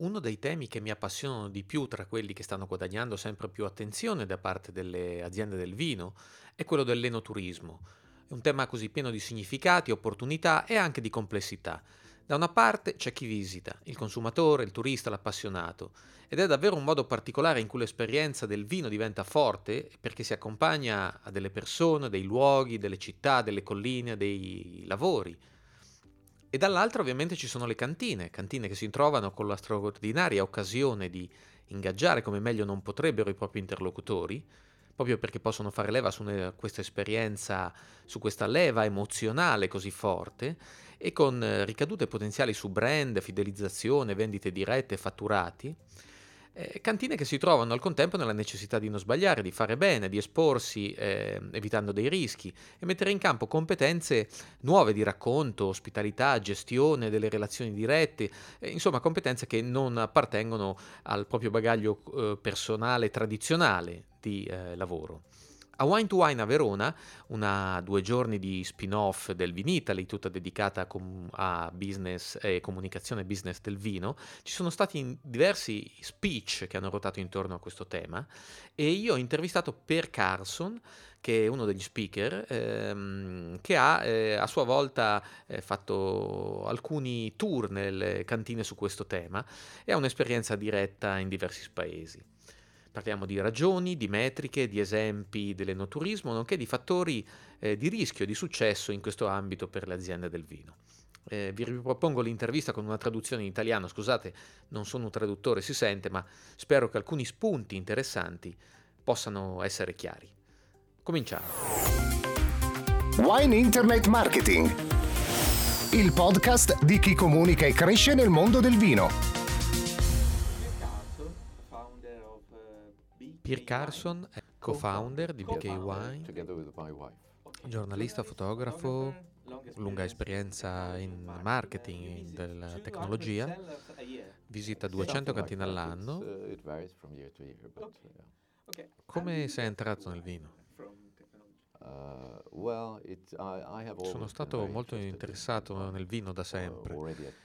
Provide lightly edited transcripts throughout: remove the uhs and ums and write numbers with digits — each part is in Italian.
Uno dei temi che mi appassionano di più tra quelli che stanno guadagnando sempre più attenzione da parte delle aziende del vino è quello dell'enoturismo. È un tema così pieno di significati, opportunità e anche di complessità. Da una parte c'è chi visita, il consumatore, il turista, l'appassionato, ed è davvero un modo particolare in cui l'esperienza del vino diventa forte perché si accompagna a delle persone, dei luoghi, delle città, delle colline, dei lavori. E dall'altra ovviamente ci sono le cantine, cantine che si trovano con la straordinaria occasione di ingaggiare come meglio non potrebbero i propri interlocutori, proprio perché possono fare leva su questa esperienza, su questa leva emozionale così forte e con ricadute potenziali su brand, fidelizzazione, vendite dirette e fatturati. Cantine che si trovano al contempo nella necessità di non sbagliare, di fare bene, di esporsi evitando dei rischi e mettere in campo competenze nuove di racconto, ospitalità, gestione delle relazioni dirette, insomma competenze che non appartengono al proprio bagaglio personale tradizionale di lavoro. A Wine to Wine a Verona, una 2 giorni di spin-off del Vinitaly, tutta dedicata a business e comunicazione business del vino, ci sono stati diversi speech che hanno ruotato intorno a questo tema e io ho intervistato Per Carson, che è uno degli speaker, che ha a sua volta fatto alcuni tour nelle cantine su questo tema e ha un'esperienza diretta in diversi paesi. Parliamo di ragioni, di metriche, di esempi dell'enoturismo, nonché di fattori di rischio e di successo in questo ambito per le aziende del vino. Vi ripropongo l'intervista con una traduzione in italiano, scusate, non sono un traduttore, si sente, ma spero che alcuni spunti interessanti possano essere chiari. Cominciamo. Wine Internet Marketing, il podcast di chi comunica e cresce nel mondo del vino. Pierre Carson è co-founder di BK Wine, giornalista, fotografo, lunga esperienza in marketing della tecnologia, visita 200 cantine all'anno. Come sei entrato nel vino? Sono stato molto interessato nel vino da sempre.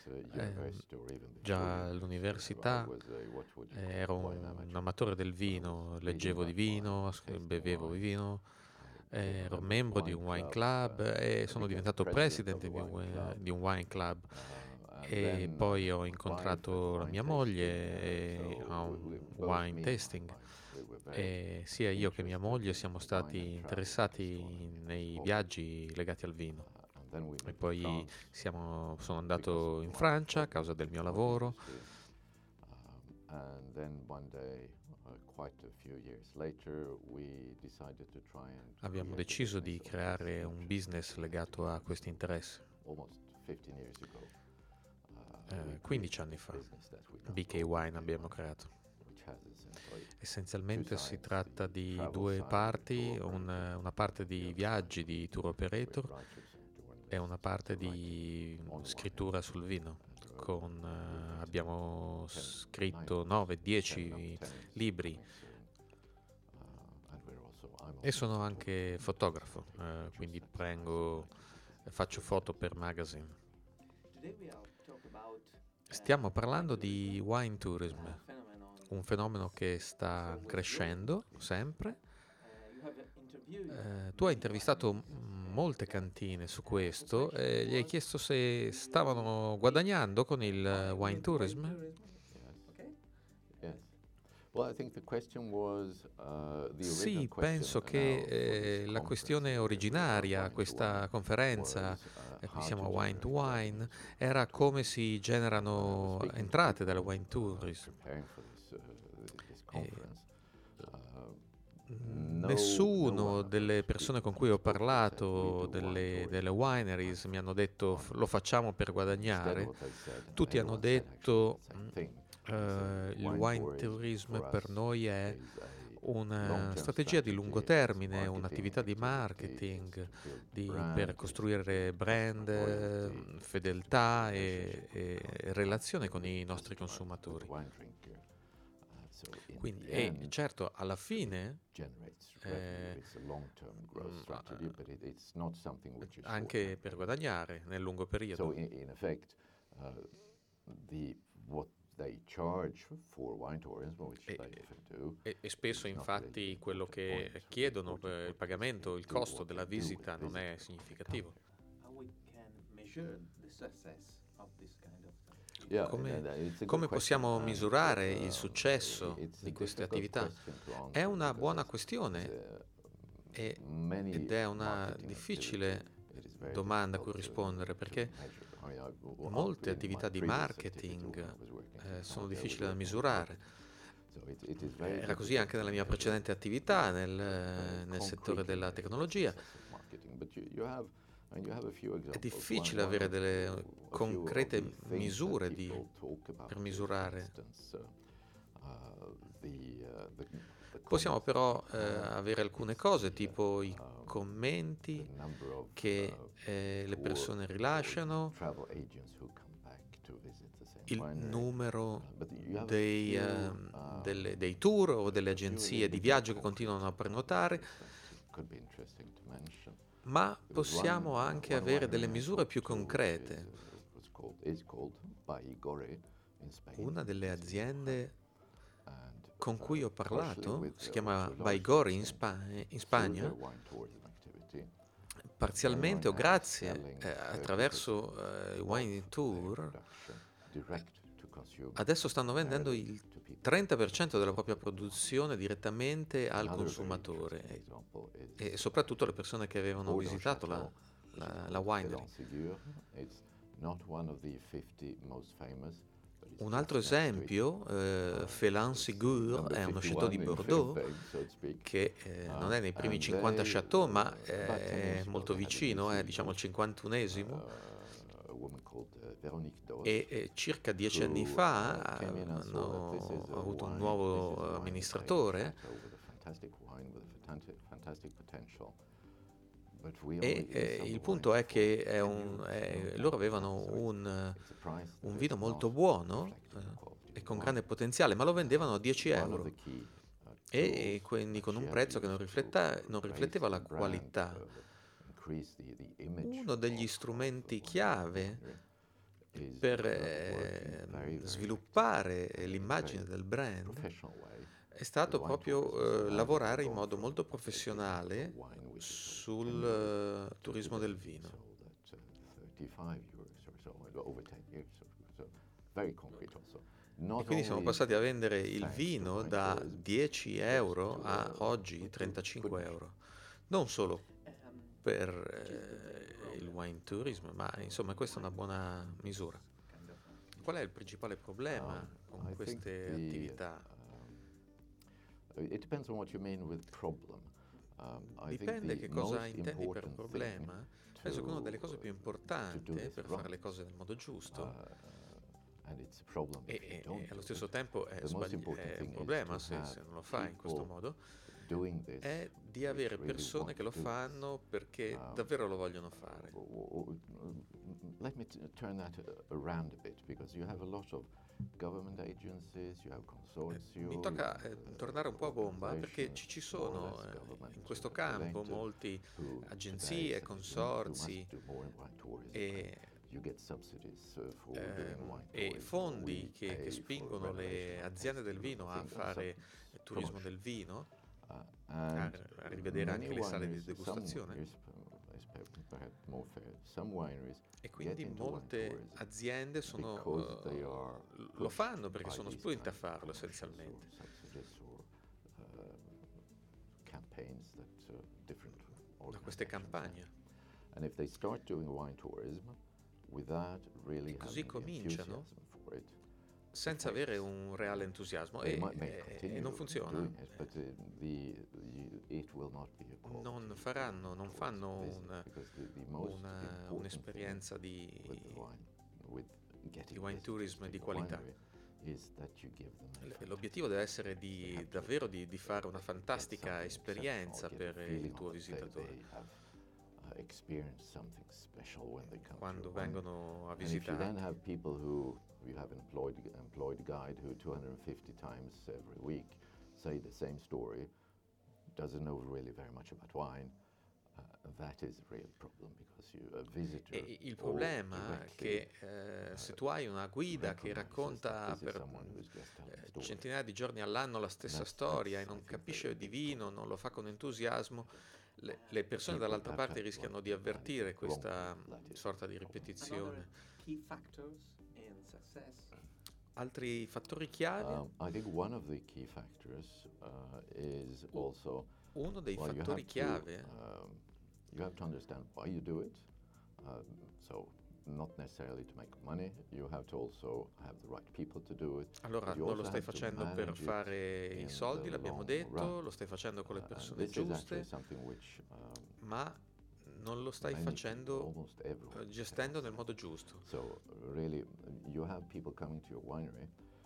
Già all'università ero un amatore del vino, leggevo di vino, bevevo di vino, ero membro di un wine club e sono diventato presidente di un wine club. E poi ho incontrato la mia moglie a un wine tasting e sia io che mia moglie siamo stati interessati nei viaggi legati al vino. E poi sono andato in Francia a causa del mio lavoro. Abbiamo deciso di creare un business legato a questo interesse. 15 anni fa, BK Wine abbiamo creato. Essenzialmente si tratta di due parti, una parte di viaggi di tour operator e una parte di scrittura sul vino. Abbiamo scritto 9-10 libri e sono anche fotografo, quindi faccio foto per magazine. Stiamo parlando di wine tourism, un fenomeno che sta crescendo sempre. Tu hai intervistato molte cantine su questo e gli hai chiesto se stavano guadagnando con il wine tourism? Sì, penso che la questione originaria a questa conferenza, qui siamo a Wine to Wine, era come si generano entrate dal wine tourism. Nessuno delle persone con cui ho parlato, delle wineries, mi hanno detto lo facciamo per guadagnare. Tutti hanno detto il wine tourism per noi è una strategia di lungo termine, un'attività di marketing per costruire brand, fedeltà e relazione con i nostri consumatori. Quindi, certo, alla fine anche per guadagnare nel lungo periodo. E spesso infatti quello che chiedono per il pagamento, il costo della visita non è significativo. Come possiamo misurare il successo di queste attività? È una buona questione ed è una difficile domanda a cui rispondere, perché molte attività di marketing sono difficili da misurare. Era così anche nella mia precedente attività nel settore della tecnologia. È difficile avere delle concrete misure per misurare. Possiamo però avere alcune cose, tipo i commenti che le persone rilasciano, il numero dei tour o delle agenzie di viaggio che continuano a prenotare, ma possiamo anche avere delle misure più concrete. Una delle aziende con cui ho parlato si chiama Baigori in Spagna, parzialmente o grazie attraverso i wine tour. Adesso stanno vendendo il 30% della propria produzione direttamente al consumatore e soprattutto le persone che avevano visitato la winery. Un altro esempio, Félan Ségur, è uno chateau di Bordeaux che non è nei primi 50 chateau, ma è molto vicino, è diciamo il 51esimo. E circa 10 anni fa hanno avuto un nuovo amministratore e il punto è che loro avevano un vino molto buono e con grande potenziale, ma lo vendevano a 10 euro e quindi con un prezzo che non rifletteva la qualità. Uno degli strumenti chiave per sviluppare l'immagine del brand è stato proprio lavorare in modo molto professionale sul turismo del vino. E quindi siamo passati a vendere il vino da 10 euro a oggi 35 euro. Non solo per il wine tourism, ma insomma questa è una buona misura. Qual è il principale problema con queste attività? Dipende che cosa intendi per problema. Penso che una delle cose più importanti per fare le cose nel modo giusto e allo stesso tempo è un problema se non lo fai in questo modo, è di avere persone che lo fanno perché davvero lo vogliono fare. Let me turn that around a bit, because you have a lot of government agencies, you have consortia. Mi tocca tornare un po' a bomba perché ci sono in questo campo molte agenzie, consorzi e fondi che spingono le aziende del vino a fare turismo del vino, a rivedere anche le sale di degustazione. E quindi molte aziende lo fanno perché sono spinte a farlo essenzialmente. Da queste campagne. E così cominciano senza avere un reale entusiasmo e non funziona. Non fanno un'esperienza di wine tourism di qualità. L'obiettivo deve essere davvero di fare una fantastica esperienza per il tuo visitatore quando vengono a visitare. We have employed guide who 250 times every week say the same story, doesn't know really very much about wine, That is a real problem because a visitor E il or problema è directly che se tu hai una guida che recognizes that racconta this is per someone who's just telling a story. centinaia di giorni all'anno la stessa storia e I non think, capisce very di big vino, problem. non lo fa con entusiasmo, le persone People dall'altra perhaps parte have rischiano right di to manage avvertire it wrong. questa That is sorta di the problem. ripetizione. Key factors in success. Altri fattori chiave? I think one of the key factors is also Uno dei well, fattori chiave you have to understand why you do it. So not necessarily to make money. You have to also have the right people to do it. allora but you non also lo stai have to facendo per manage it fare in i soldi, the l'abbiamo long detto, run. lo stai facendo con le persone This is actually giuste, something which ma non lo stai many people, facendo almost everyone gestendo nel fails. modo giusto. So really, you have people coming to your winery,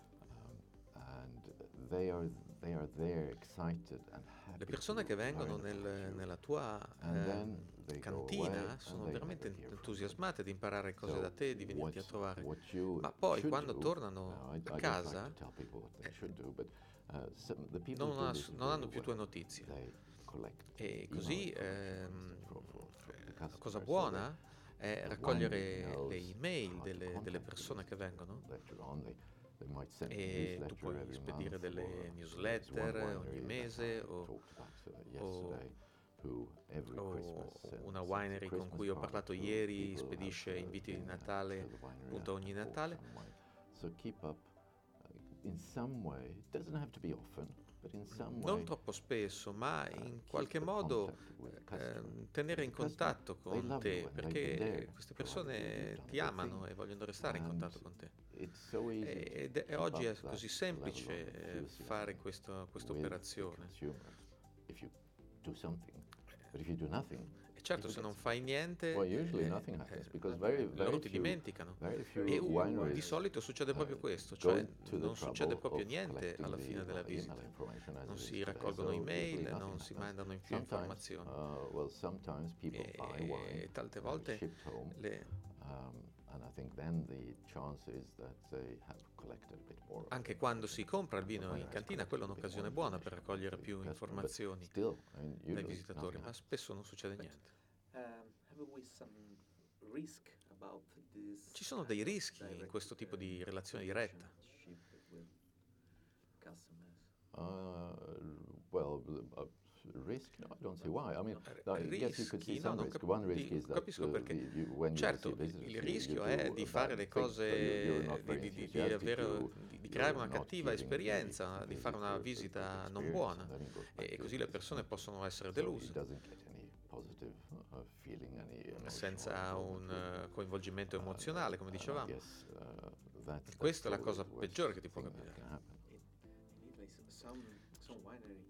and they are there excited and happy. Le persone to che vengono learn about you. nella tua And then they go away cantina and sono they veramente never hear from entusiasmate di imparare cose So da te, di venirti a trovare. what you Ma poi should quando do, tornano I a don't casa like to tell people what they should do, but the people non, who do this non very hanno più tue well, notizie. they collect E email così information for the la customers, cosa so buona è the raccogliere winery knows le email how to delle contact persone the che vengono later on. They might send a e tu newsletter puoi every spedire month, delle or there's one newsletter ogni winery that mese I talked about yesterday, who every o Christmas una sends winery con Christmas cui ho card parlato to ieri people who spedisce have inviti di been Natale to the winery appunto and ogni bought Natale. some wine. So keep up in some way. It doesn't have to be often, but in some way. Non troppo spesso, ma in keep qualche the modo contact with the customer. tenere in The customer, contatto they con love you te, and they've been there, perché queste provided you've persone done ti a good amano thing. e vogliono restare in And contatto con te. it's so easy to E keep oggi è up that così level of semplice enthusiasm fare questa with the operazione. consumer if you do something. But if you do nothing, E certo, se non fai niente, well, usually nothing happens because very loro ti few, dimenticano. very few E wineries di solito succede proprio questo, go cioè to the non succede trouble proprio of niente collecting alla the fine della email visita. information as Non it is si today. raccolgono So usually email, nothing non si happens. mandano in più Sometimes, informazioni. sometimes people buy wine E tante and volte shipped home, and I think then the chance is that they have collected a bit more. anche quando si compra il vino in cantina, quella è un'occasione buona per raccogliere più informazioni Still, I mean, dai usually visitatori, nothing ma spesso non succede niente. Have we some risk about this? Ci sono dei rischi in questo tipo di relazione diretta. relationship with customers? Well, risk? No, I don't see why. I mean, I guess you could see Rischi? No, some non risk. One risk is that capisco perché. when you Certo, receive visitors, il you rischio do è di fare bad le things, so cose, you're not very di enthusiastic, creare you're una not cattiva giving the esperienza, di fare una visitor visita a good non experience, buona and then he goes back e to così his le business. persone possono essere So he deluse doesn't get any positive feeling, any emotional senza un involvement with coinvolgimento emozionale, come I dicevamo. guess, that's Questa è la probably cosa the worst peggiore che ti può thing that capitare. can happen. In Italy, some winery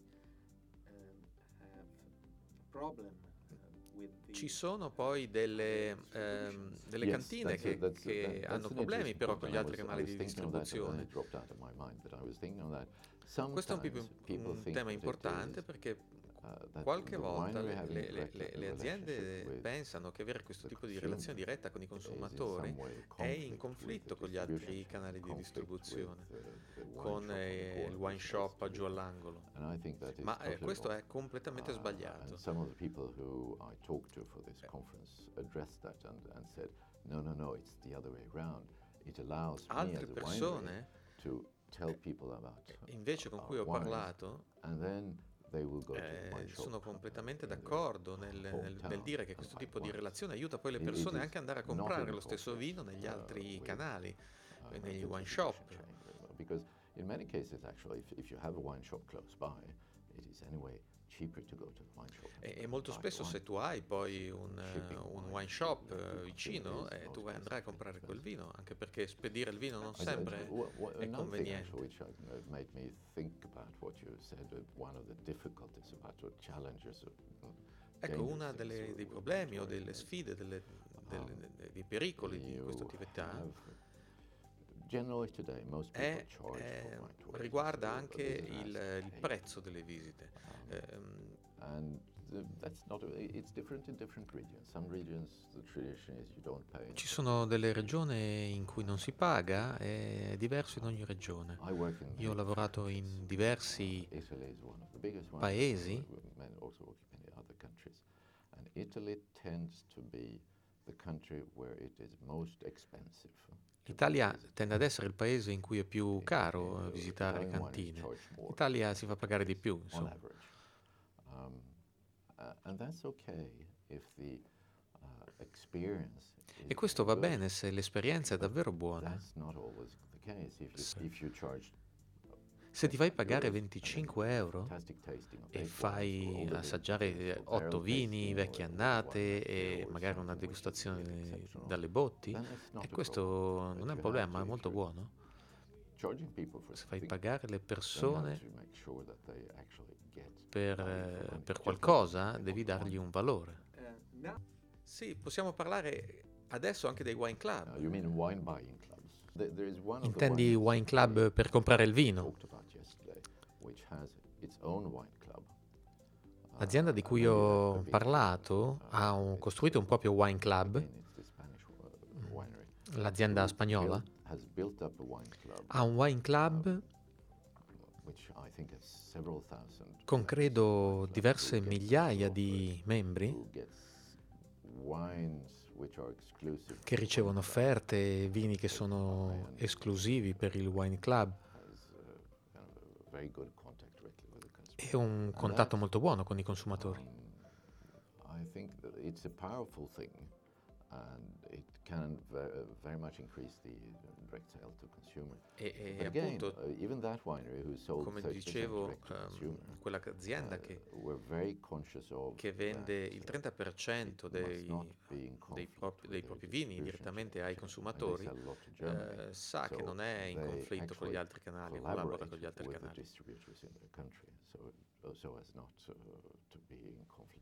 have problem with the Ci sono poi delle Yes, cantine che that's hanno an problemi interesting però point, con gli and altri canali di thinking of that, and then distribuzione. it dropped out of my mind, but I was thinking of that. Questo è Sometimes people un think tema that it importante is, perché that qualche the volta winery having le direct aziende relationship with pensano che avere questo the tipo di consumer relazione diretta con i is in consumatori some way è in conflict conflitto with the con gli altri distribution, canali di conflict distribuzione, with the wine con shop on the il corner, wine which shop has to giù be- all'angolo. And I think that is Ma totally questo wrong. è completamente sbagliato. And some of the people who I talked to for this conference addressed that and said, no, it's the other way around. It allows me Altre as a winery persone to tell people about invece con cui ho wines, parlato and then they will go to the wine shop sono completamente in their d'accordo nel hometown dire che and questo buy tipo di wines. relazione aiuta poi le It persone is anche ad andare a not comprare in lo stesso conflict, vino negli altri with, canali, negli the wine distribution shop. chain, because in many cases actually if you have a wine shop close by, it is anyway cheaper to go to the wine shop E molto buy spesso wine. se tu hai poi un wine shop Shipping vicino is tu most andrai a comprare quel vino, anche perché spedire il vino non sempre è Another thing conveniente. actually which made me think about what you said, one of the difficulties about or challenges Ecco, una dei problemi o delle sfide, dei pericoli di questa attività generally today most people è, charge for wine tours. riguarda So anche this has il to pay. prezzo delle visite. And that's not it's different in different regions. Some regions the tradition is you don't pay. Ci sono delle regioni in cui non si paga, è diverso in ogni regione. I work in Io ho lavorato in diversi Italy is one of the biggest ones. paesi. Men also work in many other countries. And Italy tends to be the country where it is most expensive. L'Italia tende ad essere il paese in cui è più caro visitare le cantine. L'Italia si fa pagare di più, On insomma. average. And that's okay if the experience is E questo va good. bene se l'esperienza è davvero buona. That's not always the case. If you charge Se ti fai pagare 25 euro fantastic tasting of e eight fai wines for all the assaggiare for 8 barrel vini, tasting vecchie or annate wine e or magari una something which is degustazione exceptional, dalle botti, then it's not e a questo problem. But non è un you problema, have è to, molto if you're buono. charging people for Se fai something, pagare le then you have persone to make sure that they actually get per, value for money. per Just qualcosa, like devi wine. dargli un valore. Now, Sì, possiamo parlare adesso anche dei wine club. You mean wine buying clubs? There is one of the Intendi wineries wine club per comprare il vino? talked about yesterday, which has its own wine club. L'azienda di cui ho parlato ha costruito un proprio wine club, Again, it's the Spanish winery. l'azienda spagnola. Has built up a wine club, Ha un wine club which I think has several thousand. con credo wine clubs diverse who gets migliaia offered- di membri who gets wines which are exclusive che to the ricevono wine club. offerte, vini che sono esclusivi per il wine club Has kind of a very good contact directly with the consumer. e un contatto molto buono con i consumatori. I think that it's a powerful thing, and it can very much increase the direct sale to consumer. E But again, appunto, even that winery who sold come 30% dicevo, direct to consumer, quella azienda were very conscious of che vende that, il 30% it must dei, not be in dei conflict propri with the vini distribution direttamente ai channel. consumatori, And they sell a lot to Germany, sa che so non è in they conflitto con gli actually altri canali, collabora con gli altri with the canali. distributors in their country, so as not to be in conflict.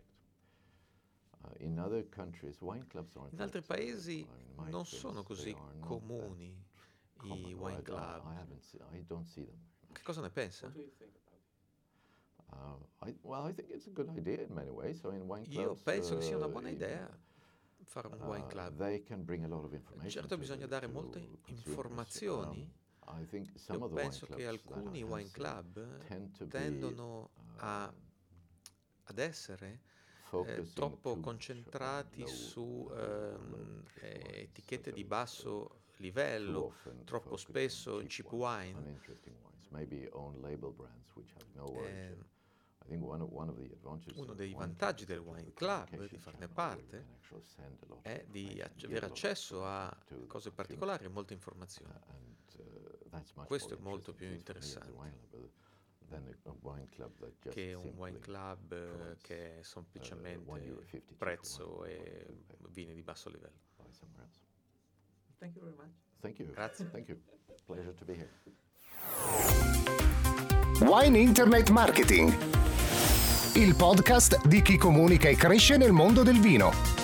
In other countries, wine clubs aren't In altri that, paesi in my non experience, sono they così are not that comuni common. i Well, wine club. I don't see them. Che cosa ne pensa? what do you think about it? I think it's a good idea in many ways. So in wine Io clubs, penso che sia una buona idea fare un wine club. They can bring a lot of information. Certo, to bisogna the- dare to molte consumers. informazioni. I think some Io of the wine penso che clubs that alcuni I wine have seen club tend to be, tendono ad essere focusing troppo too much on concentrati low- su low quality wines. etichette So di it's, basso too livello, often troppo focused on spesso cheap wine. uninteresting wines, maybe own label brands which have no origin. Eh, I think one of the advantages Uno of dei wine vantaggi clubs del is wine the club, communication di farne channel where you parte, can actually send a lot of è di information, give avere a lot of accesso a information to the cose consumer. particolari e molte informazioni. That's much Questo more è molto interesting, più at least for me as a interessante wine lover, than a wine club that just che un wine simply club provides, che è semplicemente €1,50 to prezzo wine e to pay. vini di basso livello. buy somewhere else. Thank you very much. Thank you. Grazie. Thank you. Pleasure to be here. Wine Internet Marketing, il podcast di chi comunica e cresce nel mondo del vino.